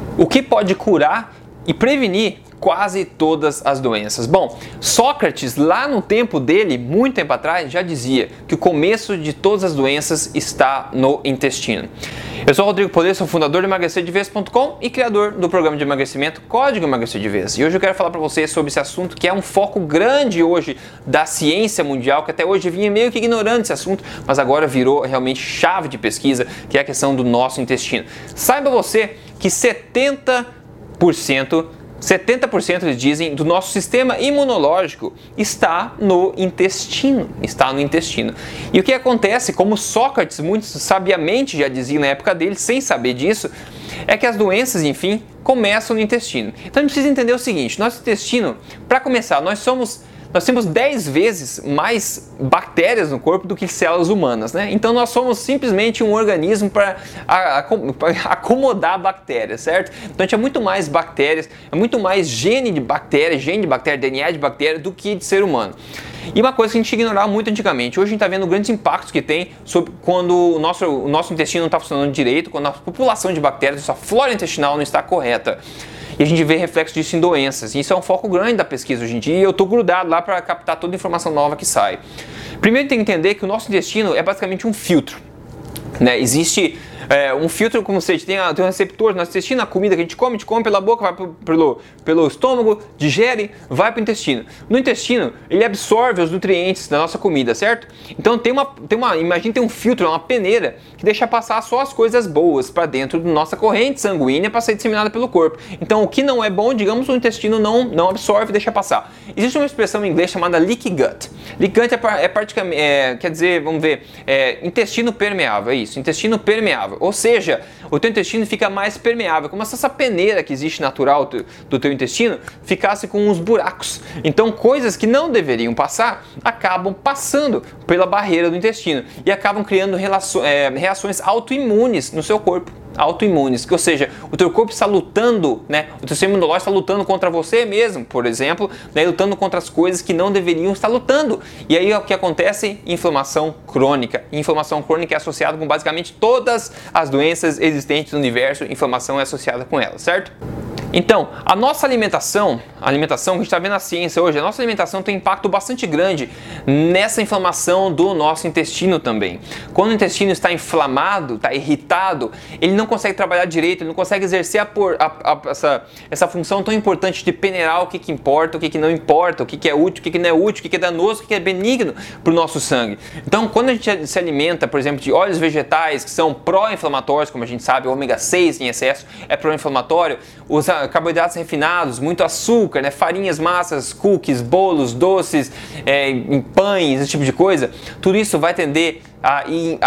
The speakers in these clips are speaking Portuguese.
O que pode curar e prevenir quase todas as doenças? Bom, Sócrates, lá no tempo dele, muito tempo atrás, já dizia que o começo de todas as doenças está no intestino. Eu sou o Rodrigo Poder, sou fundador do emagrecerdevez.com e criador do programa de emagrecimento Código Emagrecer de Vez. E hoje eu quero falar para você sobre esse assunto que é um foco grande hoje da ciência mundial, que até hoje vinha meio que ignorando esse assunto, mas agora virou realmente chave de pesquisa, que é a questão do nosso intestino. Saiba você que 70% eles dizem do nosso sistema imunológico está no intestino, E o que acontece, como Sócrates muito sabiamente já dizia na época dele, sem saber disso, é que as doenças, enfim, começam no intestino. Então a gente precisa entender o seguinte: nosso intestino, para começar, nós temos 10 vezes mais bactérias no corpo do que células humanas, né? Então nós somos simplesmente um organismo para acomodar bactérias, certo? Então a gente é muito mais bactérias, é muito mais gene de bactéria, DNA de bactéria do que de ser humano. E uma coisa que a gente ignorava muito antigamente, hoje a gente está vendo grandes impactos que tem sobre quando o nosso intestino não está funcionando direito, quando a população de bactérias, a flora intestinal não está correta. E a gente vê reflexo disso em doenças. E isso é um foco grande da pesquisa hoje em dia e eu estou grudado lá para captar toda a informação nova que sai. Primeiro tem que entender que o nosso intestino é basicamente um filtro, né? Existe um filtro, como você tem um receptor no nosso intestino, a comida que a gente come pela boca, vai pelo estômago, digere, vai para o intestino. No intestino, ele absorve os nutrientes da nossa comida, certo? Então imagina tem um filtro, uma peneira, que deixa passar só as coisas boas para dentro da nossa corrente sanguínea para ser disseminada pelo corpo. Então o que não é bom, digamos, o intestino não absorve e deixa passar. Existe uma expressão em inglês chamada leaky gut. Leaky gut quer dizer, vamos ver, intestino permeável, é isso, intestino permeável. Ou seja, o teu intestino fica mais permeável, como se essa peneira que existe natural do teu intestino ficasse com uns buracos. Então coisas que não deveriam passar acabam passando pela barreira do intestino e acabam criando reações autoimunes no seu corpo. Ou seja, o teu corpo está lutando, né? O teu sistema imunológico está lutando contra você mesmo, por exemplo, né? Lutando contra as coisas que não deveriam estar lutando. E aí o que acontece? Inflamação crônica. E inflamação crônica é associada com basicamente todas as doenças existentes no universo, inflamação é associada com ela, certo? Então, a nossa alimentação que a gente está vendo na ciência hoje, a nossa alimentação tem um impacto bastante grande nessa inflamação do nosso intestino também. Quando o intestino está inflamado, está irritado, ele não consegue trabalhar direito, ele não consegue exercer essa função tão importante de peneirar o que importa, o que não importa, o que é útil, o que não é útil, o que é danoso, o que é benigno para o nosso sangue. Então, quando a gente se alimenta, por exemplo, de óleos vegetais que são pró-inflamatórios, como a gente sabe, o ômega 6 em excesso é pró-inflamatório, os carboidratos refinados, muito açúcar, né? Farinhas, massas, cookies, bolos, doces, em pães, esse tipo de coisa, tudo isso vai tender a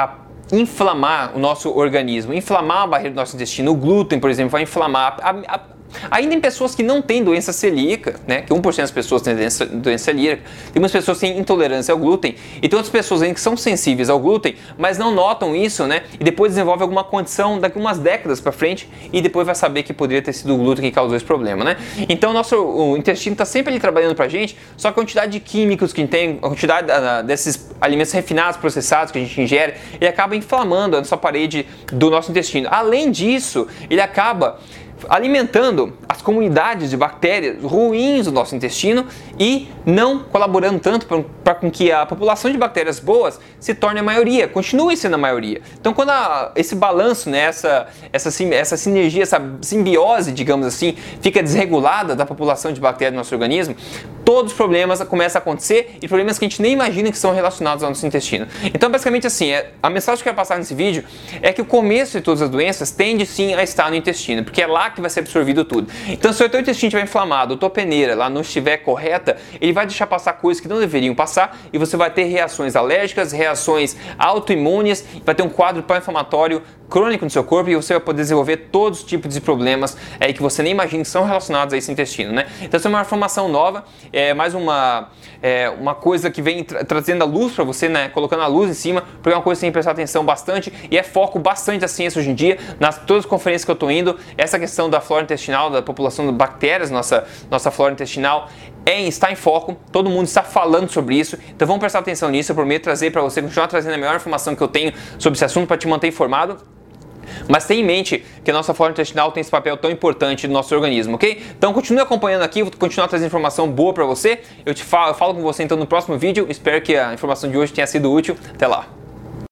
inflamar o nosso organismo, inflamar a barreira do nosso intestino. O glúten, por exemplo, vai inflamar ainda em pessoas que não têm doença celíaca, né, que 1% das pessoas têm doença celíaca, tem umas pessoas que têm intolerância ao glúten e tem outras pessoas ainda que são sensíveis ao glúten, mas não notam isso, né, e depois desenvolve alguma condição daqui umas décadas para frente e depois vai saber que poderia ter sido o glúten que causou esse problema, né? Então o intestino está sempre ali trabalhando pra gente, só que a quantidade de químicos que tem, a quantidade desses alimentos refinados, processados que a gente ingere, ele acaba inflamando a nossa parede do nosso intestino. Além disso, ele acaba alimentando as comunidades de bactérias ruins do nosso intestino e não colaborando tanto para com que a população de bactérias boas se torne a maioria, continue sendo a maioria. Então quando esse balanço, né, essa sinergia, essa simbiose, digamos assim, fica desregulada da população de bactérias do nosso organismo, todos os problemas começam a acontecer e problemas que a gente nem imagina que são relacionados ao nosso intestino. Então basicamente assim, a mensagem que eu quero passar nesse vídeo é que o começo de todas as doenças tende sim a estar no intestino, porque é lá que vai ser absorvido tudo. Então se o teu intestino estiver inflamado, a tua peneira lá não estiver correta, ele vai deixar passar coisas que não deveriam passar e você vai ter reações alérgicas, reações autoimunes, vai ter um quadro pró-inflamatório crônico no seu corpo e você vai poder desenvolver todos os tipos de problemas que você nem imagina que são relacionados a esse intestino, né? Então essa é uma informação nova, é mais uma coisa que vem trazendo a luz para você, né? Colocando a luz em cima, porque é uma coisa que você tem que prestar atenção bastante e é foco bastante da ciência hoje em dia, nas todas as conferências que eu estou indo, essa questão da flora intestinal, da população de bactérias, nossa flora intestinal está em foco, todo mundo está falando sobre isso, então vamos prestar atenção nisso, eu prometo trazer para você, continuar trazendo a melhor informação que eu tenho sobre esse assunto para te manter informado. Mas tenha em mente que a nossa flora intestinal tem esse papel tão importante no nosso organismo, ok? Então continue acompanhando aqui, vou continuar trazendo informação boa pra você. Eu falo com você então no próximo vídeo. Espero que a informação de hoje tenha sido útil. Até lá!